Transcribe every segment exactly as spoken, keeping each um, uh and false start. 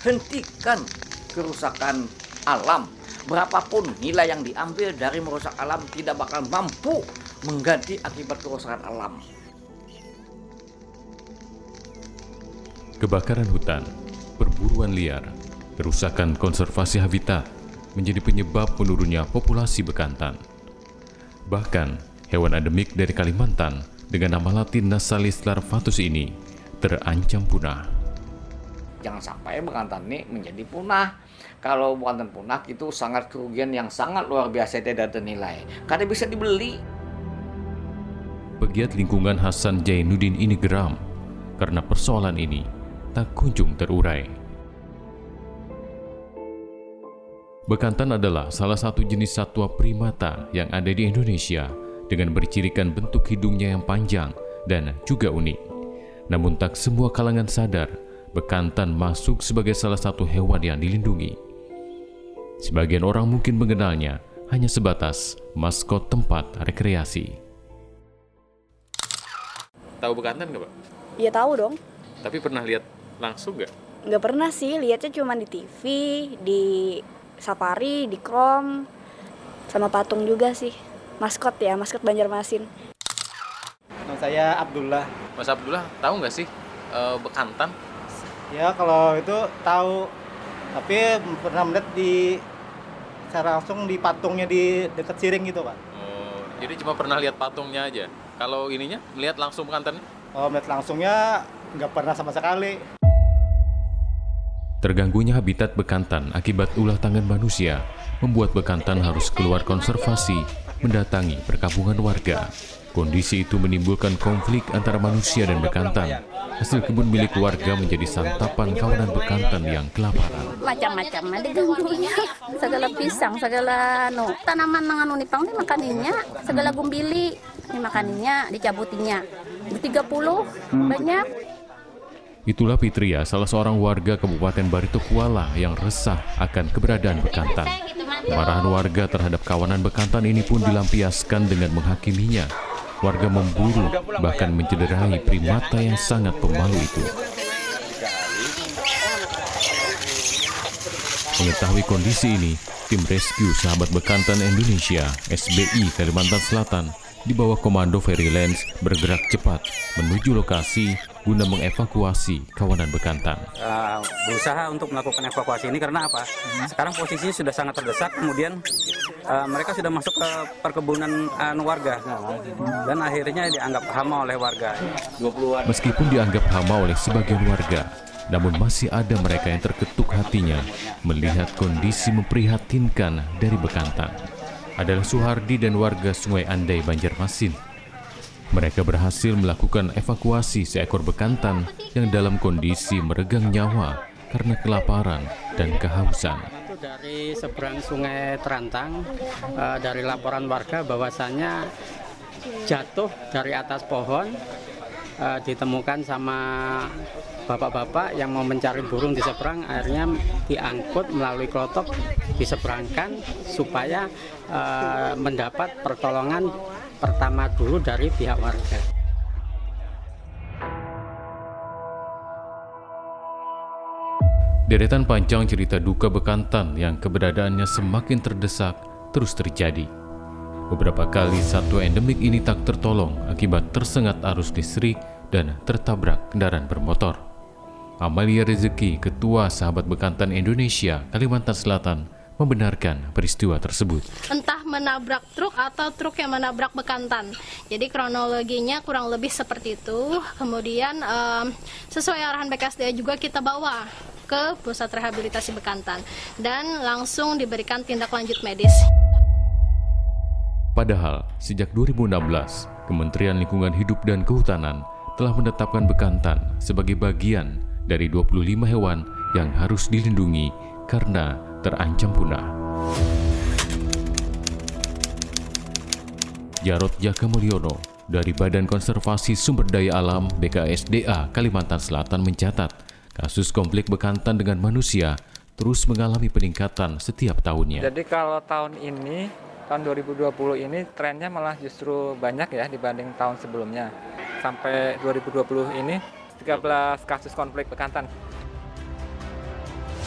hentikan kerusakan alam. Berapapun nilai yang diambil dari merusak alam tidak bakal mampu mengganti akibat kerusakan alam. Kebakaran hutan, perburuan liar, kerusakan konservasi habitat menjadi penyebab menurunnya populasi bekantan. Bahkan, hewan endemik dari Kalimantan dengan nama latin Nassalis larvatus ini terancam punah. Jangan sampai bekantan ini menjadi punah. Kalau bekantan punah itu sangat kerugian yang sangat luar biasa tidak ternilai. Karena bisa dibeli. Pegiat lingkungan Hasan Jainuddin ini geram karena persoalan ini tak kunjung terurai. Bekantan adalah salah satu jenis satwa primata yang ada di Indonesia dengan bercirikan bentuk hidungnya yang panjang dan juga unik. Namun tak semua kalangan sadar bekantan masuk sebagai salah satu hewan yang dilindungi. Sebagian orang mungkin mengenalnya hanya sebatas maskot tempat rekreasi. Tahu bekantan nggak, Pak? Ya tahu dong. Tapi pernah lihat langsung nggak? Nggak pernah sih, lihatnya cuma di T V, di safari, di Krom, sama patung juga sih. Maskot ya, maskot Banjarmasin. Nama saya Abdullah. Mas Abdullah, tahu nggak sih uh, bekantan? Ya kalau itu tahu, tapi pernah melihat di secara langsung di patungnya di dekat Siring gitu, Pak. Oh, jadi cuma pernah lihat patungnya aja. Kalau ininya, melihat langsung bekantannya? Oh, melihat langsungnya nggak pernah sama sekali. Terganggunya habitat bekantan akibat ulah tangan manusia membuat bekantan harus keluar konservasi, mendatangi perkampungan warga. Kondisi itu menimbulkan konflik antara manusia dan bekantan. Hasil kebun milik warga menjadi santapan kawanan bekantan yang kelaparan. Macam-macam ada ganggunya. Segala pisang, segala no, tanaman nangan unipang ini makaninya, segala gumbili ini makaninya, dicabutinya. tiga puluh banyak. Itulah Fitria, salah seorang warga Kabupaten Barito Kuala yang resah akan keberadaan bekantan. Kemarahan warga terhadap kawanan bekantan ini pun dilampiaskan dengan menghakiminya. Warga memburu, bahkan mencederai primata yang sangat pemalu itu. Mengetahui kondisi ini, tim rescue Sahabat Bekantan Indonesia (S B I) Kalimantan Selatan di bawah komando Ferry Lens bergerak cepat menuju lokasi guna mengevakuasi kawanan bekantan. Uh, berusaha untuk melakukan evakuasi ini karena apa? Sekarang posisinya sudah sangat terdesak, kemudian uh, mereka sudah masuk ke perkebunan uh, warga dan akhirnya dianggap hama oleh warga. Meskipun dianggap hama oleh sebagian warga, namun masih ada mereka yang terketuk hatinya melihat kondisi memprihatinkan dari bekantan. Adalah Suhardi dan warga Sungai Andai Banjarmasin. Mereka berhasil melakukan evakuasi seekor bekantan yang dalam kondisi meregang nyawa karena kelaparan dan kehausan. Dari seberang Sungai Terantang, uh, dari laporan warga bahwasannya jatuh dari atas pohon, uh, ditemukan sama bapak-bapak yang mau mencari burung di seberang, akhirnya diangkut melalui klotok, diseberangkan supaya uh, mendapat pertolongan pertama dulu dari pihak warga. Deretan panjang cerita duka bekantan yang keberadaannya semakin terdesak terus terjadi. Beberapa kali satwa endemik ini tak tertolong akibat tersengat arus listrik dan tertabrak kendaraan bermotor. Amalia Rezeki, Ketua Sahabat Bekantan Indonesia Kalimantan Selatan, membenarkan peristiwa tersebut. Entah menabrak truk atau truk yang menabrak bekantan. Jadi kronologinya kurang lebih seperti itu. Kemudian um, sesuai arahan B K S D A juga kita bawa ke pusat rehabilitasi bekantan dan langsung diberikan tindak lanjut medis. Padahal sejak dua ribu enam belas, Kementerian Lingkungan Hidup dan Kehutanan telah menetapkan bekantan sebagai bagian dari dua puluh lima hewan yang harus dilindungi karena terancam punah. Jarod Jaka Mulyono dari Badan Konservasi Sumber Daya Alam B K S D A Kalimantan Selatan mencatat kasus konflik bekantan dengan manusia terus mengalami peningkatan setiap tahunnya. Jadi kalau tahun ini, tahun dua ribu dua puluh ini trennya malah justru banyak ya dibanding tahun sebelumnya. Sampai dua ribu dua puluh ini tiga belas kasus konflik bekantan.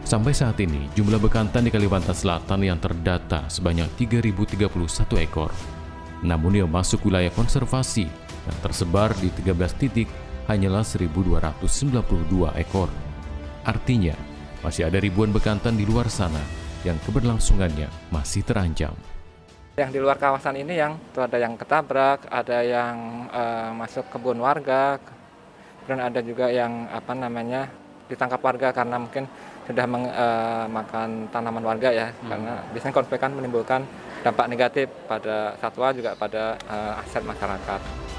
Sampai saat ini, jumlah bekantan di Kalimantan Selatan yang terdata sebanyak tiga ribu tiga puluh satu ekor. Namun yang masuk wilayah konservasi yang tersebar di tiga belas titik hanyalah seribu dua ratus sembilan puluh dua ekor. Artinya, masih ada ribuan bekantan di luar sana yang keberlangsungannya masih terancam. Yang di luar kawasan ini yang tuh ada yang ketabrak, ada yang uh, masuk kebun warga, dan ada juga yang apa namanya ditangkap warga karena mungkin sudah meng, uh, makan tanaman warga ya, hmm. karena biasanya konflik kan menimbulkan dampak negatif pada satwa juga pada uh, aset masyarakat.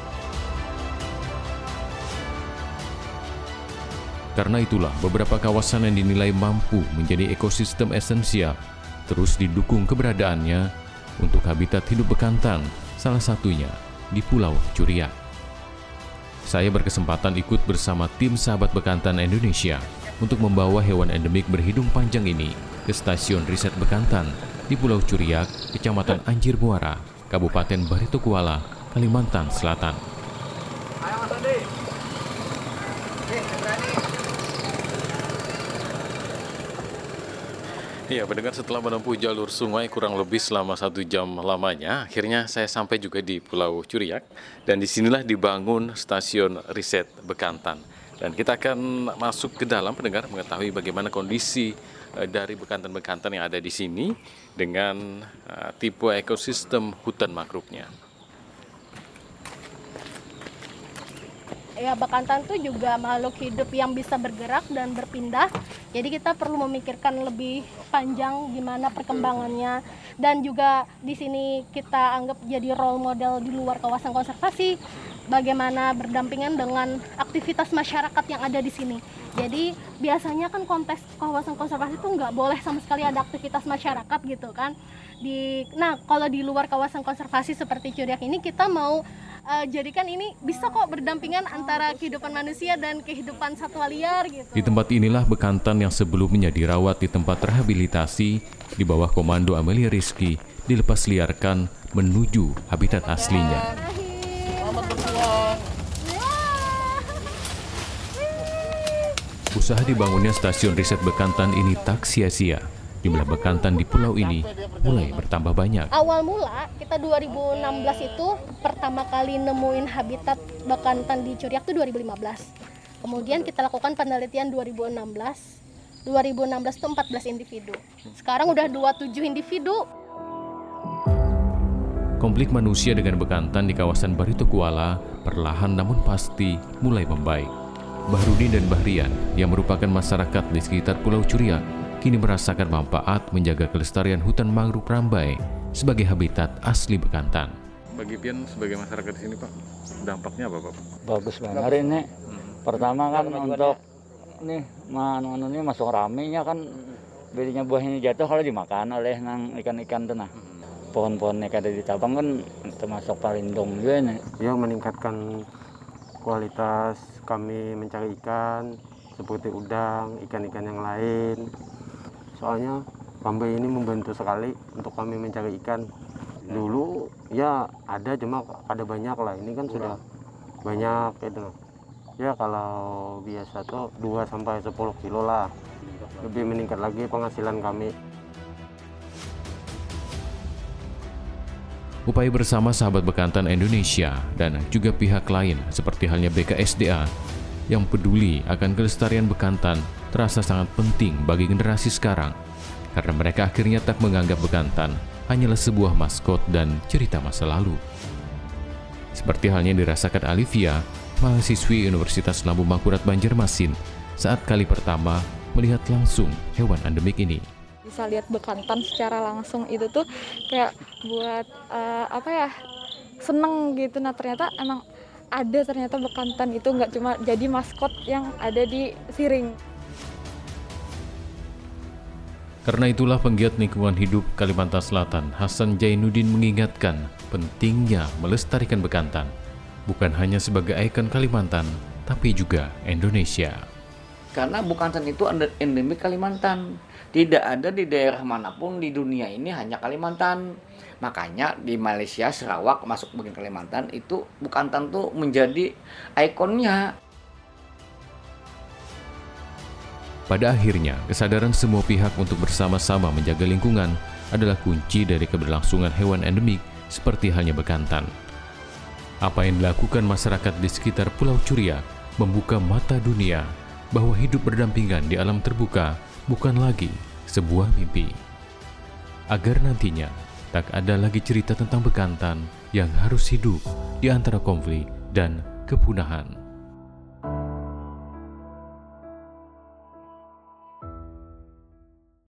Karena itulah beberapa kawasan yang dinilai mampu menjadi ekosistem esensial terus didukung keberadaannya untuk habitat hidup bekantan, salah satunya di Pulau Curiak. Saya berkesempatan ikut bersama tim Sahabat Bekantan Indonesia untuk membawa hewan endemik berhidung panjang ini ke Stasiun Riset Bekantan di Pulau Curiak, Kecamatan Anjir Muara, Kabupaten Barito Kuala, Kalimantan Selatan. Ayo Mas Andi. Oke, berani. Iya, pendengar, setelah menempuh jalur sungai kurang lebih selama satu jam lamanya, akhirnya saya sampai juga di Pulau Curiak, dan disinilah dibangun Stasiun Riset Bekantan. Dan kita akan masuk ke dalam, pendengar, mengetahui bagaimana kondisi uh, dari bekantan-bekantan yang ada di sini dengan uh, tipe ekosistem hutan mangrovenya. Ya, bekantan itu juga makhluk hidup yang bisa bergerak dan berpindah. Jadi kita perlu memikirkan lebih panjang gimana perkembangannya, dan juga di sini kita anggap jadi role model di luar kawasan konservasi, bagaimana berdampingan dengan aktivitas masyarakat yang ada di sini. Jadi biasanya kan konteks kawasan konservasi itu nggak boleh sama sekali ada aktivitas masyarakat gitu kan. Di, nah kalau di luar kawasan konservasi seperti Curiak ini kita mau Uh, jadikan ini bisa kok berdampingan antara kehidupan manusia dan kehidupan satwa liar gitu. Di tempat inilah bekantan yang sebelumnya dirawat di tempat rehabilitasi di bawah komando Amelia Rizky dilepas liarkan menuju habitat aslinya. Usaha dibangunnya Stasiun Riset Bekantan ini tak sia-sia. Jumlah bekantan di pulau ini mulai bertambah banyak. Awal mula kita dua ribu enam belas itu pertama kali nemuin habitat bekantan di Curiak itu dua ribu lima belas. Kemudian kita lakukan penelitian dua ribu enam belas. dua ribu enam belas itu empat belas individu. Sekarang udah dua puluh tujuh individu. Konflik manusia dengan bekantan di kawasan Barito Kuala perlahan namun pasti mulai membaik. Bahrudin dan Bahrian yang merupakan masyarakat di sekitar Pulau Curiak kini merasakan manfaat menjaga kelestarian hutan mangrove Rambai sebagai habitat asli bekantan. Bagi Pian sebagai masyarakat di sini, Pak, dampaknya apa, Pak? Bagus banget ini. Hmm. Pertama kan untuk nih manu ini masuk ramenya kan biasanya buahnya jatuh kalau dimakan oleh nang ikan-ikan tenah. Pohon-pohon yang ada di tabang kan termasuk pelindung juga nih. Ya, meningkatkan kualitas kami mencari ikan seperti udang, ikan-ikan yang lain. Soalnya Rambai ini membantu sekali untuk kami mencari ikan. Dulu ya ada, cuma ada banyak lah. Ini kan sudah banyak gitu. Ya kalau biasa tuh dua sampai sepuluh kilo lah. Lebih meningkat lagi penghasilan kami. Upaya bersama Sahabat Bekantan Indonesia dan juga pihak lain seperti halnya B K S D A yang peduli akan kelestarian bekantan terasa sangat penting bagi generasi sekarang, karena mereka akhirnya tak menganggap bekantan hanyalah sebuah maskot dan cerita masa lalu. Seperti halnya dirasakan Alivia, mahasiswi Universitas Lambung Mangkurat Banjarmasin, saat kali pertama melihat langsung hewan endemik ini. Bisa lihat bekantan secara langsung itu tuh kayak buat uh, apa ya, seneng gitu. Nah ternyata emang ada ternyata bekantan itu nggak cuma jadi maskot yang ada di Siring. Karena itulah penggiat lingkungan hidup Kalimantan Selatan, Hasan Jainuddin, mengingatkan pentingnya melestarikan bekantan, bukan hanya sebagai ikon Kalimantan, tapi juga Indonesia. Karena bekantan itu endemik Kalimantan. Tidak ada di daerah manapun di dunia ini, hanya Kalimantan. Makanya di Malaysia, Sarawak masuk bagian Kalimantan, itu bekantan tuh menjadi ikonnya. Pada akhirnya, kesadaran semua pihak untuk bersama-sama menjaga lingkungan adalah kunci dari keberlangsungan hewan endemik seperti halnya bekantan. Apa yang dilakukan masyarakat di sekitar Pulau Curiak membuka mata dunia bahwa hidup berdampingan di alam terbuka bukan lagi sebuah mimpi. Agar nantinya tak ada lagi cerita tentang bekantan yang harus hidup di antara konflik dan kepunahan.